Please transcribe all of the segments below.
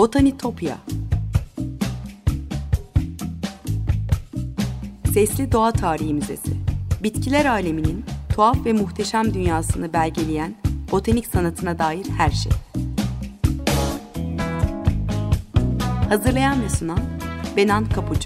Botanitopya. Sesli Doğa Tarihi Müzesi. Bitkiler aleminin tuhaf ve muhteşem dünyasını belgeleyen botanik sanatına dair her şey. Hazırlayan ve sunan Benan Kapucu.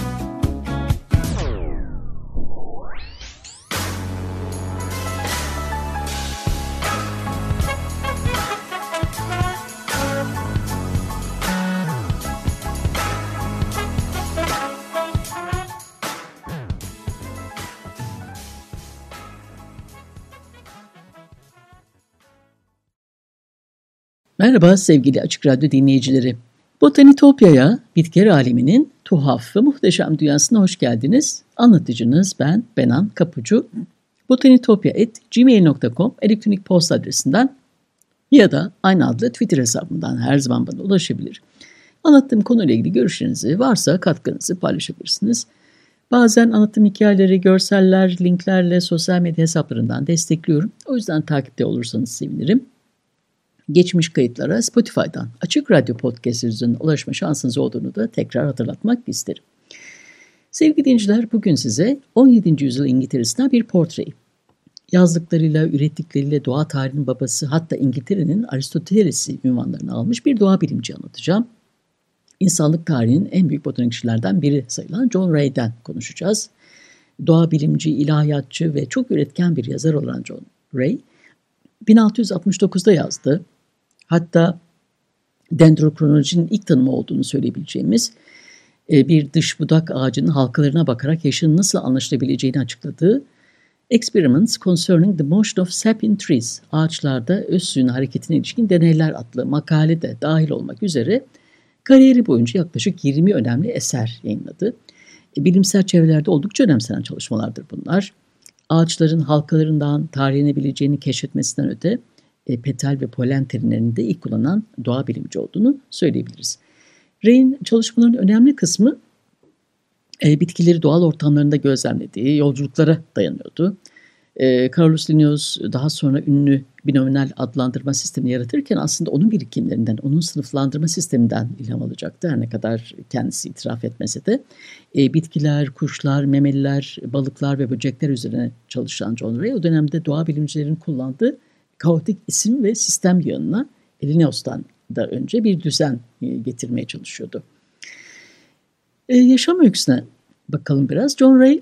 Merhaba sevgili Açık Radyo dinleyicileri. Botanitopya'ya, bitkiler aleminin tuhaf ve muhteşem dünyasına hoş geldiniz. Anlatıcınız ben Benan Kapucu. botanitopya@gmail.com elektronik posta adresinden ya da aynı adlı Twitter hesabından her zaman bana ulaşabilir. Anlattığım konuyla ilgili görüşlerinizi, varsa katkınızı paylaşabilirsiniz. Bazen anlattığım hikayeleri, görseller, linklerle sosyal medya hesaplarından destekliyorum. O yüzden takipte olursanız sevinirim. Geçmiş kayıtlara Spotify'dan Açık Radyo Podcast üzerinden ulaşma şansınız olduğunu da tekrar hatırlatmak isterim. Sevgili dinleyiciler, bugün size 17. yüzyıl İngiltere'sinden bir portreyi. Yazdıklarıyla, ürettikleriyle doğa tarihinin babası, hatta İngiltere'nin Aristoteles'i ünvanlarını almış bir doğa bilimci anlatacağım. İnsanlık tarihinin en büyük botanikçilerden biri sayılan John Ray'den konuşacağız. Doğa bilimci, ilahiyatçı ve çok üretken bir yazar olan John Ray, 1669'da yazdı. Hatta dendrokronolojinin ilk tanımı olduğunu söyleyebileceğimiz bir dış budak ağacının halkalarına bakarak yaşının nasıl anlaşılabileceğini açıkladığı Experiments Concerning the Motion of Sap in Trees, ağaçlarda öz suyun hareketine ilişkin deneyler adlı makale de dahil olmak üzere kariyeri boyunca yaklaşık 20 önemli eser yayınladı. Bilimsel çevrelerde oldukça önemsenen çalışmalardır bunlar. Ağaçların halkalarından tahriylenebileceğini keşfetmesinden öte petal ve polen terimlerini de ilk kullanan doğa bilimci olduğunu söyleyebiliriz. Ray'in çalışmalarının önemli kısmı bitkileri doğal ortamlarında gözlemlediği yolculuklara dayanıyordu. Carolus Linnaeus daha sonra ünlü binominal adlandırma sistemini yaratırken aslında onun birikimlerinden, onun sınıflandırma sisteminden ilham alacaktı. Her ne kadar kendisi itiraf etmese de bitkiler, kuşlar, memeliler, balıklar ve böcekler üzerine çalışan John Ray o dönemde doğa bilimcilerin kullandığı kaotik isim ve sistem yığınına Linnaeus'tan da önce bir düzen getirmeye çalışıyordu. Yaşam öyküsüne bakalım biraz. John Ray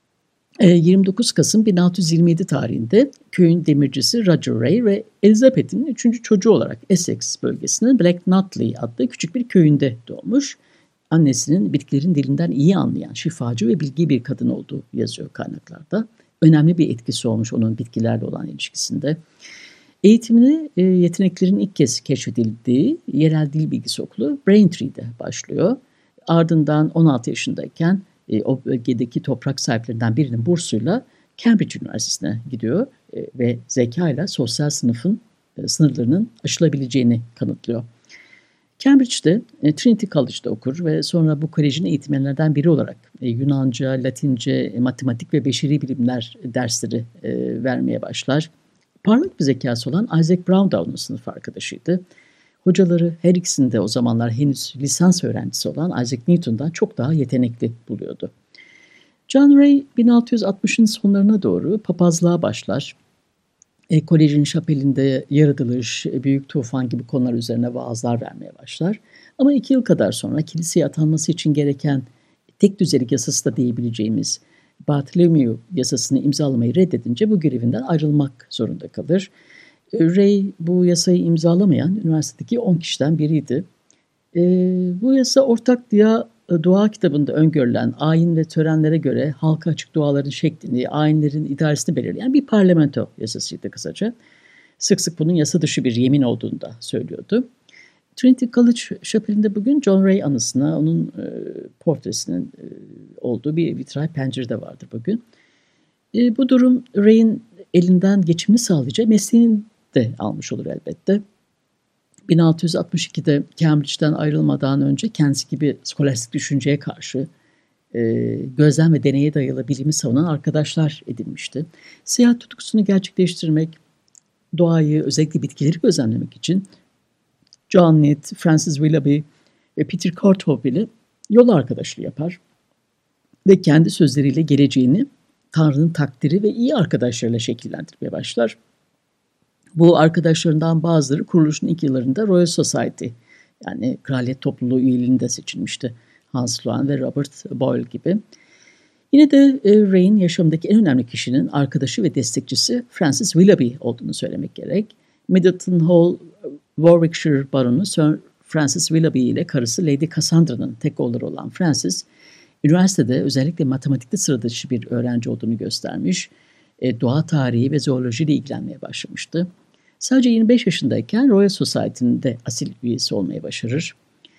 29 Kasım 1627 tarihinde köyün demircisi Roger Ray ve Elizabeth'in 3. çocuğu olarak Essex bölgesinin Black Nutley adlı küçük bir köyünde doğmuş. Annesinin bitkilerin dilinden iyi anlayan, şifacı ve bilgi bir kadın olduğu yazıyor kaynaklarda. Önemli bir etkisi olmuş onun bitkilerle olan ilişkisinde. Eğitimini yeteneklerin ilk kez keşfedildiği yerel dil bilgisi okulu Braintree'de başlıyor. Ardından 16 yaşındayken o bölgedeki toprak sahiplerinden birinin bursuyla Cambridge Üniversitesi'ne gidiyor ve zekayla sosyal sınıfın sınırlarının aşılabileceğini kanıtlıyor. Cambridge'de Trinity College'da okur ve sonra bu kolejin eğitmenlerden biri olarak Yunanca, Latince, matematik ve beşeri bilimler dersleri vermeye başlar. Parlak bir zekası olan Isaac Brown da onun sınıf arkadaşıydı. Hocaları her ikisini de o zamanlar henüz lisans öğrencisi olan Isaac Newton'dan çok daha yetenekli buluyordu. John Ray 1660'ın sonlarına doğru papazlığa başlar. Kolejin şapelinde yaratılış, büyük tufan gibi konular üzerine vaazlar vermeye başlar. Ama 2 yıl kadar sonra kiliseye atanması için gereken tek düzelik yasası da diyebileceğimiz Bartholomew yasasını imzalamayı reddedince bu görevinden ayrılmak zorunda kalır. Ray bu yasayı imzalamayan üniversitedeki 10 kişiden biriydi. Bu yasa ortak dua kitabında öngörülen ayin ve törenlere göre halka açık duaların şeklini, ayinlerin idaresini belirleyen bir parlamento yasasıydı kısaca. Sık sık bunun yasa dışı bir yemin olduğunu da söylüyordu. Trinity College şapelinde bugün John Ray anısına onun portresinin olduğu bir vitray pencere de vardır bugün. Bu durum Ray'in elinden geçimini sağlayacağı mesleğini de almış olur elbette. 1662'de Cambridge'den ayrılmadan önce kendisi gibi skolastik düşünceye karşı gözlem ve deneye dayalı bilimi savunan arkadaşlar edinmişti. Seyahat tutkusunu gerçekleştirmek, doğayı, özellikle bitkileri gözlemlemek için John Neate, Francis Willoughby ve Peter Courthope ile yol arkadaşlığı yapar ve kendi sözleriyle geleceğini Tanrı'nın takdiri ve iyi arkadaşlarıyla şekillendirmeye başlar. Bu arkadaşlarından bazıları kuruluşun ilk yıllarında Royal Society, yani kraliyet topluluğu üyeliğinde seçilmişti. Hans Sloane ve Robert Boyle gibi. Yine de Ray'in yaşamındaki en önemli kişinin arkadaşı ve destekçisi Francis Willoughby olduğunu söylemek gerek. Middleton Hall, Warwickshire baronu Sir Francis Willoughby ile karısı Lady Cassandra'nın tek oğulları olan Francis, üniversitede özellikle matematikte sıra dışı bir öğrenci olduğunu göstermiş, doğa tarihi ve zooloji ile ilgilenmeye başlamıştı. Sadece 25 yaşındayken Royal Society'nin de asil üyesi olmayı başarır.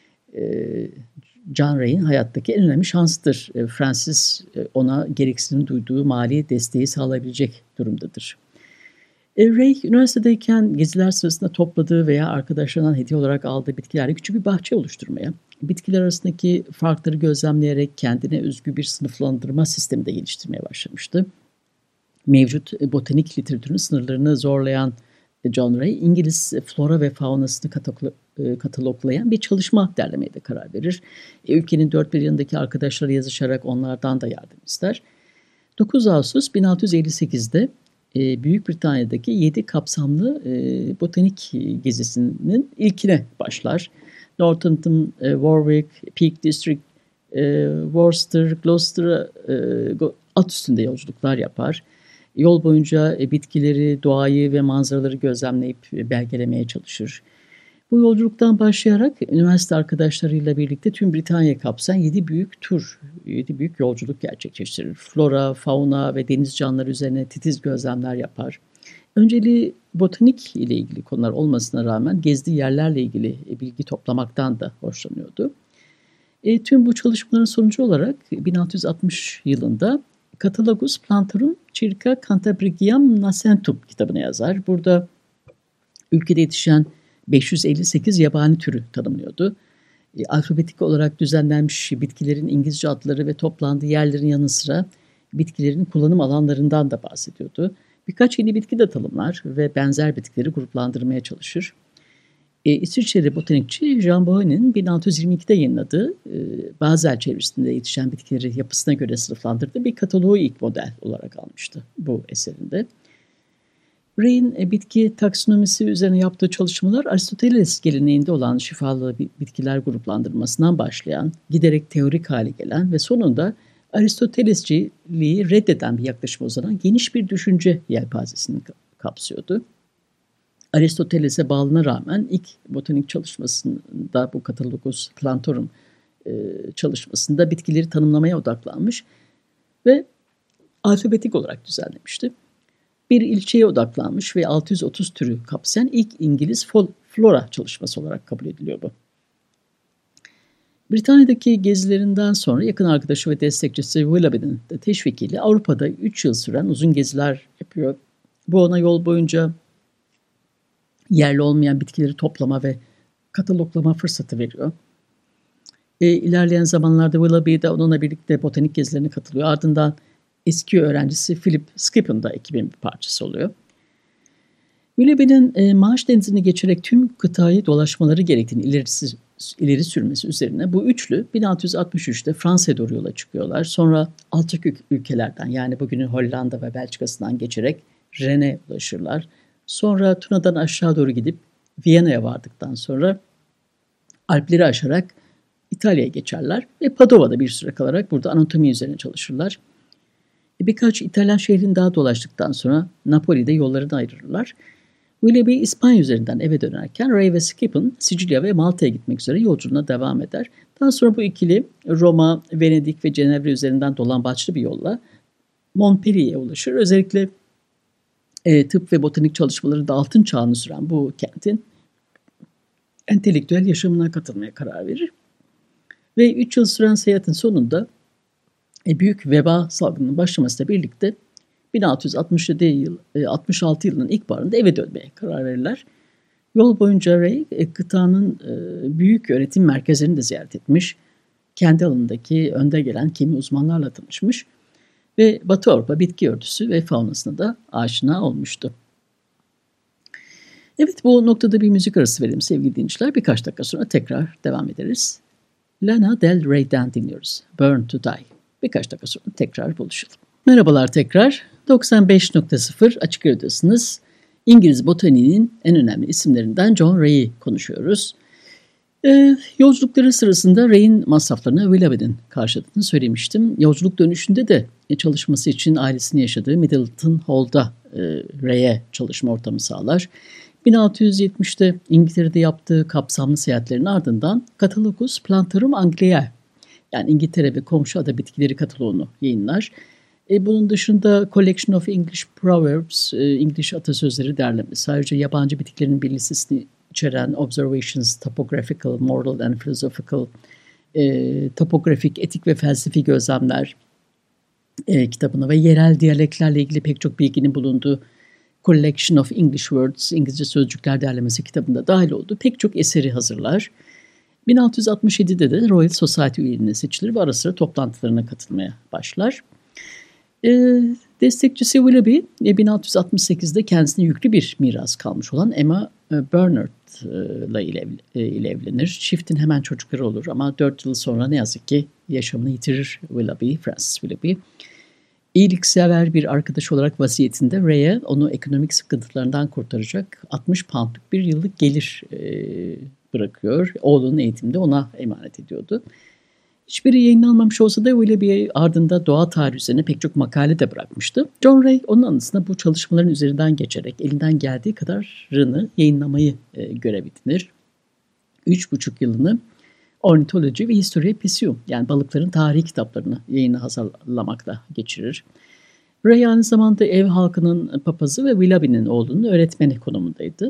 John Ray'in hayattaki en önemli şansıdır. Francis ona gereksinim duyduğu mali desteği sağlayabilecek durumdadır. Ray, üniversitedeyken geziler sırasında topladığı veya arkadaşlarından hediye olarak aldığı bitkilerle küçük bir bahçe oluşturmaya, bitkiler arasındaki farkları gözlemleyerek kendine özgü bir sınıflandırma sistemi de geliştirmeye başlamıştı. Mevcut botanik literatürünün sınırlarını zorlayan John Ray, İngiliz flora ve faunasını kataloglayan bir çalışma derlemeye de karar verir. Ülkenin dört bir yanındaki arkadaşları yazışarak onlardan da yardım ister. 9 Ağustos 1658'de Büyük Britanya'daki 7 kapsamlı botanik gezisinin ilkine başlar. Northampton, Warwick, Peak District, Worcester, Gloucester at üstünde yolculuklar yapar. Yol boyunca bitkileri, doğayı ve manzaraları gözlemleyip belgelemeye çalışır. Bu yolculuktan başlayarak üniversite arkadaşlarıyla birlikte tüm Britanya'yı kapsayan 7 büyük yolculuk gerçekleştirir. Flora, fauna ve deniz canlıları üzerine titiz gözlemler yapar. Önceliği botanik ile ilgili konular olmasına rağmen gezdiği yerlerle ilgili bilgi toplamaktan da hoşlanıyordu. Tüm bu çalışmaların sonucu olarak 1660 yılında Catalogus Plantarum Circa Cantabrigiam Nascentum kitabını yazar. Burada ülkede yetişen 558 yabani türü tanımlıyordu. Alfabetik olarak düzenlenmiş bitkilerin İngilizce adları ve toplandığı yerlerin yanı sıra bitkilerin kullanım alanlarından da bahsediyordu. Birkaç yeni bitki de tanımlar ve benzer bitkileri gruplandırmaya çalışır. İsviçreli botanikçi Jean Bonnet'in 1622'de yayınladığı Basel çevresinde yetişen bitkileri yapısına göre sınıflandırdığı bir kataloğu ilk model olarak almıştı bu eserinde. Ray'in bitki taksonomisi üzerine yaptığı çalışmalar Aristoteles geleneğinde olan şifalı bitkiler gruplandırmasından başlayan, giderek teorik hale gelen ve sonunda Aristotelesçiliği reddeden bir yaklaşıma uzanan geniş bir düşünce yelpazesini kapsıyordu. Aristoteles'e bağlılığına rağmen ilk botanik çalışmasında, bu Catalogus Plantarum çalışmasında bitkileri tanımlamaya odaklanmış ve alfabetik olarak düzenlemişti. Bir ilçeye odaklanmış ve 630 türü kapsayan ilk İngiliz flora çalışması olarak kabul ediliyor bu. Britanya'daki gezilerinden sonra yakın arkadaşı ve destekçisi Willoughby'nin de teşvikiyle Avrupa'da 3 yıl süren uzun geziler yapıyor. Bu ona yol boyunca yerli olmayan bitkileri toplama ve kataloglama fırsatı veriyor. İlerleyen zamanlarda Willoughby de onunla birlikte botanik gezilerine katılıyor. Ardından eski öğrencisi Philip Skippon da ekibin bir parçası oluyor. Willoughby'nin Maaş Denizi'ni geçerek tüm kıtayı dolaşmaları gerektiğini ileri sürmesi üzerine bu üçlü 1663'te Fransa'ya doğru yola çıkıyorlar. Sonra Alçak ülkelerden, yani bugünün Hollanda ve Belçika'sından geçerek Rennes'e ulaşırlar. Sonra Tuna'dan aşağı doğru gidip Viyana'ya vardıktan sonra Alpleri aşarak İtalya'ya geçerler ve Padova'da bir süre kalarak burada anatomi üzerine çalışırlar. Birkaç İtalyan şehrini daha dolaştıktan sonra Napoli'de yollarını ayırırlar. Willoughby İspanya üzerinden eve dönerken Ray ve Skippon Sicilya ve Malta'ya gitmek üzere yolculuğuna devam eder. Daha sonra bu ikili Roma, Venedik ve Cenevre üzerinden dolambaçlı bir yolla Montpellier'e ulaşır. Özellikle tıp ve botanik çalışmaları da altın çağını süren bu kentin entelektüel yaşamına katılmaya karar verir. Ve 3 yıl süren seyahatin sonunda büyük veba salgınının başlamasıyla birlikte 1666 yılının ilkbaharında eve dönmeye karar verirler. Yol boyunca Ray kıtanın büyük öğretim merkezlerini de ziyaret etmiş. Kendi alanındaki önde gelen kimi uzmanlarla tanışmış ve Batı Avrupa bitki örtüsü ve faunasına da aşina olmuştu. Evet, bu noktada bir müzik arası verelim sevgili dinleyiciler. Birkaç dakika sonra tekrar devam ederiz. Lana Del Rey'den dinliyoruz. Burn to Die. Birkaç dakika sonra tekrar buluşalım. Merhabalar tekrar. 95.0 Açık Radyo'dasınız. İngiliz botaniğinin en önemli isimlerinden John Ray'i konuşuyoruz. Yolculukları sırasında Ray'in masraflarını Willoughby'nin karşıladığını söylemiştim. Yolculuk dönüşünde de çalışması için ailesinin yaşadığı Middleton Hall'da Ray'e çalışma ortamı sağlar. 1670'te İngiltere'de yaptığı kapsamlı seyahatlerin ardından Catalogus Plantarum Angliae, yani İngiltere ve komşu ada bitkileri kataloğunu yayınlar. Bunun dışında Collection of English Proverbs, İngiliz atasözleri derlemesi, ayrıca yabancı bitkilerin bir listesini içeren Observations, Topographical, Moral and Philosophical, topografik, etik ve felsefi gözlemler kitabını ve yerel diyaleklerle ilgili pek çok bilginin bulunduğu Collection of English Words, İngilizce Sözcükler Derlemesi kitabında dahil olduğu pek çok eseri hazırlar. 1667'de de Royal Society üyeliğine seçilir ve ara sıra toplantılarına katılmaya başlar. Destekçisi Willoughby 1668'de kendisine yüklü bir miras kalmış olan Emma Bernard ile evlenir. Çiftin hemen çocukları olur ama 4 yıl sonra ne yazık ki yaşamını yitirir Francis Willoughby. İyiliksever bir arkadaş olarak vasiyetinde Ray'e onu ekonomik sıkıntılarından kurtaracak 60 poundluk bir yıllık gelir bırakıyor. Oğlunun eğitimde ona emanet ediyordu. Hiçbiri yayınlanmamış olsa da Willoughby ardında doğa tarihi üzerine pek çok makale de bırakmıştı. John Ray onun anısına bu çalışmaların üzerinden geçerek elinden geldiği kadarını yayınlamayı görev edinir. 3,5 yılını Ornithology ve Historia Piscium, yani balıkların tarihi kitaplarını yayına hazırlamakla geçirir. Ray aynı zamanda ev halkının papazı ve Willoughby'nin oğlunun öğretmeni konumundaydı.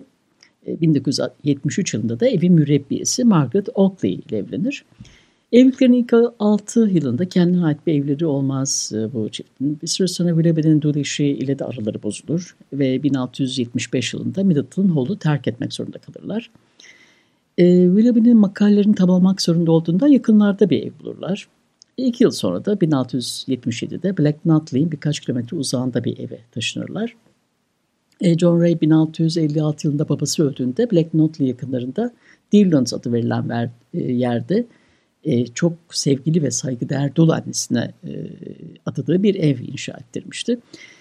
1973 yılında da evin mürebbiyesi Margaret Oakley ile evlenir. Evliliklerinin ilk 6 yılında kendine ait bir evleri olmaz bu çiftin. Bir süre sonra Willoughby'nin Dudley ile de araları bozulur ve 1675 yılında Middleton Hall'u terk etmek zorunda kalırlar. Willoughby'nin makalelerini tamamlamak zorunda olduğunda yakınlarda bir ev bulurlar. 2 yıl sonra da 1677'de Black Nutley'in birkaç kilometre uzağında bir eve taşınırlar. John Ray 1656 yılında babası öldüğünde Black Nutley yakınlarında Dearlands adı verilen yerde çok sevgili ve saygıdeğer dul annesine adadığı bir ev inşa ettirmişti.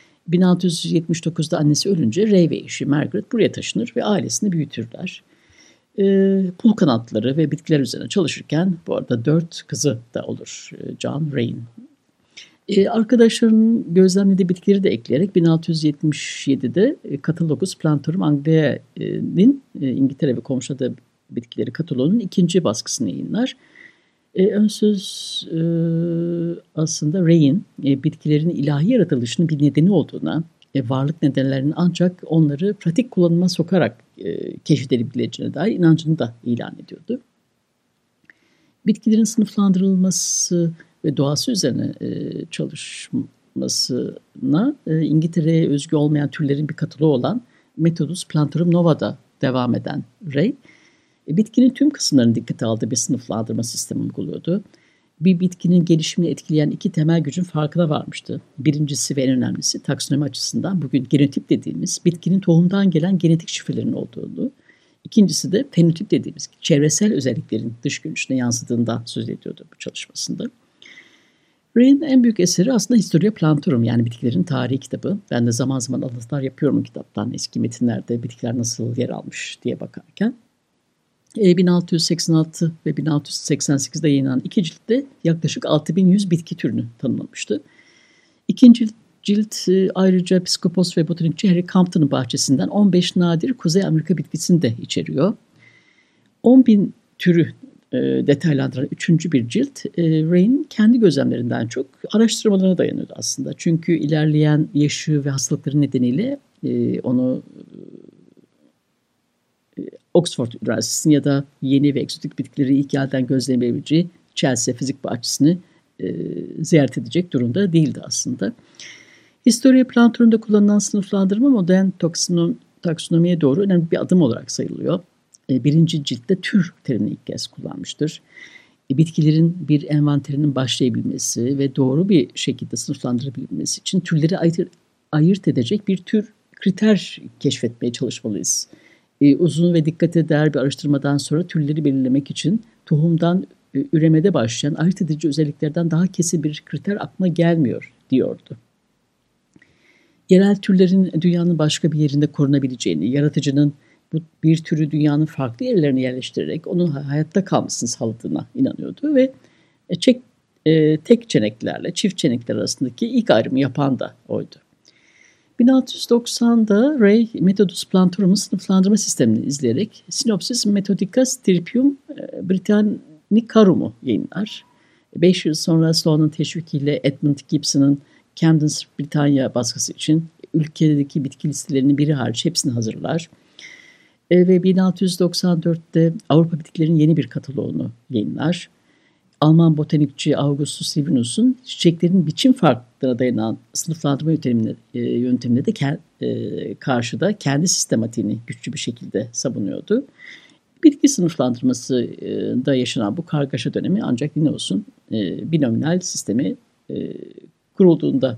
1679'da annesi ölünce Ray ve eşi Margaret buraya taşınır ve ailesini büyütürler. Pul kanatları ve bitkiler üzerine çalışırken bu arada 4 kızı da olur John Ray'in. Arkadaşlarının gözlemlediği bitkileri de ekleyerek 1677'de Catalogus Plantarum Angliae'nin İngiltere ve komşu ada bitkileri kataloğunun 2. baskısını yayınlar. Ön söz aslında Ray'in bitkilerin ilahi yaratılışının bir nedeni olduğuna, varlık nedenlerinin ancak onları pratik kullanıma sokarak keşfedilebileceğine dair inancını da ilan ediyordu. Bitkilerin sınıflandırılması ve doğası üzerine çalışmasına İngiltere'ye özgü olmayan türlerin bir kataloğu olan Methodus Plantarum Nova'da devam eden Ray, bitkinin tüm kısımlarını dikkate aldığı bir sınıflandırma sistemi uyguluyordu. Bir bitkinin gelişimini etkileyen 2 temel gücün farkına varmıştı. Birincisi ve en önemlisi taksonomi açısından bugün genotip dediğimiz bitkinin tohumdan gelen genetik şifrelerin olduğunu. İkincisi de fenotip dediğimiz çevresel özelliklerin dış görünüşüne yansıdığından söz ediyordu bu çalışmasında. Ray'in en büyük eseri aslında Historia Plantarum, yani bitkilerin tarihi kitabı. Ben de zaman zaman alıntılar yapıyorum kitaptan, eski metinlerde bitkiler nasıl yer almış diye bakarken. 1686 ve 1688'de yayınlanan 2 ciltte yaklaşık 6100 bitki türünü tanımlamıştı. İkinci cilt ayrıca psikopos ve botanikçi Harry Compton'un bahçesinden 15 nadir Kuzey Amerika bitkisini de içeriyor. 10.000 türü detaylandıran 3. bir cilt Ray'in kendi gözlemlerinden çok araştırmalarına dayanıyordu aslında. Çünkü ilerleyen yaşı ve hastalıkları nedeniyle onu Oxford Üniversitesi'nin ya da yeni ve egzotik bitkileri ilk elden gözleyebileceği Chelsea Fizik Bahçesi'ni ziyaret edecek durumda değildi aslında. Historia Plantarum'da kullanılan sınıflandırma modern taksonomiye doğru önemli bir adım olarak sayılıyor. 1. ciltte tür terimini ilk kez kullanmıştır. Bitkilerin bir envanterinin başlayabilmesi ve doğru bir şekilde sınıflandırabilmesi için türleri ayırt edecek bir tür kriter keşfetmeye çalışmalıyız Uzun ve dikkate değer bir araştırmadan sonra türleri belirlemek için tohumdan üremede başlayan ayırt edici özelliklerden daha kesin bir kriter aklıma gelmiyor diyordu. Yerel türlerin dünyanın başka bir yerinde korunabileceğini, yaratıcının bu bir türü dünyanın farklı yerlerine yerleştirerek onun hayatta kalmasını sağladığına inanıyordu ve tek çeneklerle çift çenekler arasındaki ilk ayrımı yapan da oydu. 1690'da Ray Methodus Plantorum'un sınıflandırma sistemini izleyerek Synopsis Methodica Stirpium Britannicarum'u yayınlar. 5 yıl sonra Sloan'ın teşvikiyle Edmund Gibson'ın Camden's Britannia baskısı için ülkedeki bitki listelerinin biri hariç hepsini hazırlar. Ve 1694'te Avrupa bitkilerinin yeni bir kataloğunu yayınlar. Alman botanikçi Augustus Livinus'un çiçeklerin biçim farklılığına dayanan sınıflandırma yöntemine de karşıda kendi sistematiğini güçlü bir şekilde savunuyordu. Bitki sınıflandırmasında yaşanan bu kargaşa dönemi ancak Linnaeus'un binomial sistemi kurulduğunda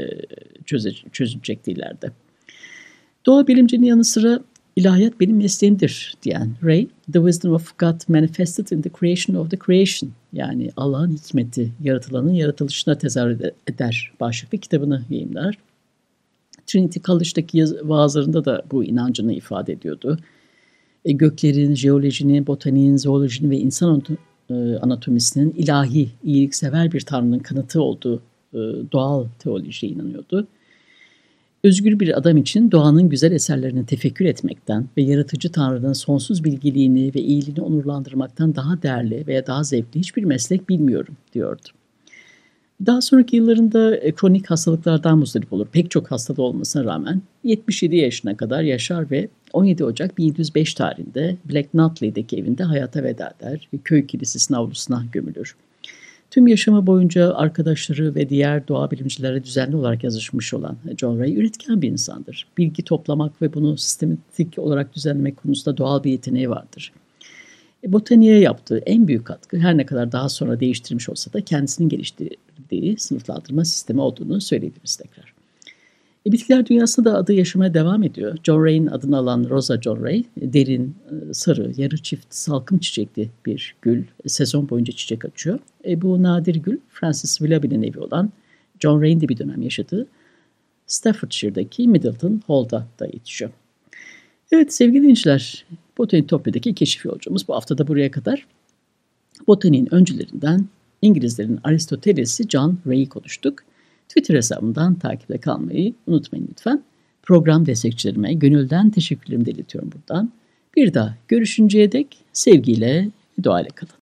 çözülecekti ileride. Doğa bilimcinin yanı sıra İlahiyat benim mesleğimdir diyen Ray, The Wisdom of God Manifested in the Creation of the Creation, yani Allah'ın hikmeti yaratılanın yaratılışına tezahür eder başlıklı kitabını yayımlar. Trinity College'daki vaazlarında da bu inancını ifade ediyordu. Göklerin, jeolojinin, botaniğin, zoolojinin ve insan anatomisinin ilahi, iyiliksever bir tanrının kanıtı olduğu doğal teolojiye inanıyordu. Özgür bir adam için doğanın güzel eserlerini tefekkür etmekten ve yaratıcı Tanrı'nın sonsuz bilgiliğini ve iyiliğini onurlandırmaktan daha değerli veya daha zevkli hiçbir meslek bilmiyorum diyordu. Daha sonraki yıllarında kronik hastalıklardan muzdarip olur. Pek çok hastalığı olmasına rağmen 77 yaşına kadar yaşar ve 17 Ocak 1705 tarihinde Black Nutley'deki evinde hayata veda eder ve köy kilisesinin avlusuna gömülür. Tüm yaşamı boyunca arkadaşları ve diğer doğa bilimcilere düzenli olarak yazışmış olan John Ray üretken bir insandır. Bilgi toplamak ve bunu sistematik olarak düzenlemek konusunda doğal bir yeteneği vardır. Botaniğe yaptığı en büyük katkı her ne kadar daha sonra değiştirmiş olsa da kendisinin geliştirdiği sınıflandırma sistemi olduğunu söyleyebiliriz tekrar. Bitkiler dünyasında da adı yaşamaya devam ediyor. John Ray'in adını alan Rosa John Ray, derin, sarı, yarı çift salkım çiçekli bir gül. Sezon boyunca çiçek açıyor. Bu nadir gül, Francis Willoughby'nin evi olan John Ray'in de bir dönem yaşadığı Staffordshire'daki Middleton Hall'da da yetişiyor. Evet sevgili dinleyiciler, Botanitopya'daki keşif yolcumuz bu hafta da buraya kadar. Botaniğin öncülerinden İngilizlerin Aristoteles'i John Ray'i konuştuk. Twitter hesabımdan takipte kalmayı unutmayın lütfen. Program destekçilerime gönülden teşekkürlerimi de iletiyorum buradan. Bir daha görüşünceye dek sevgiyle ve duayla kalın.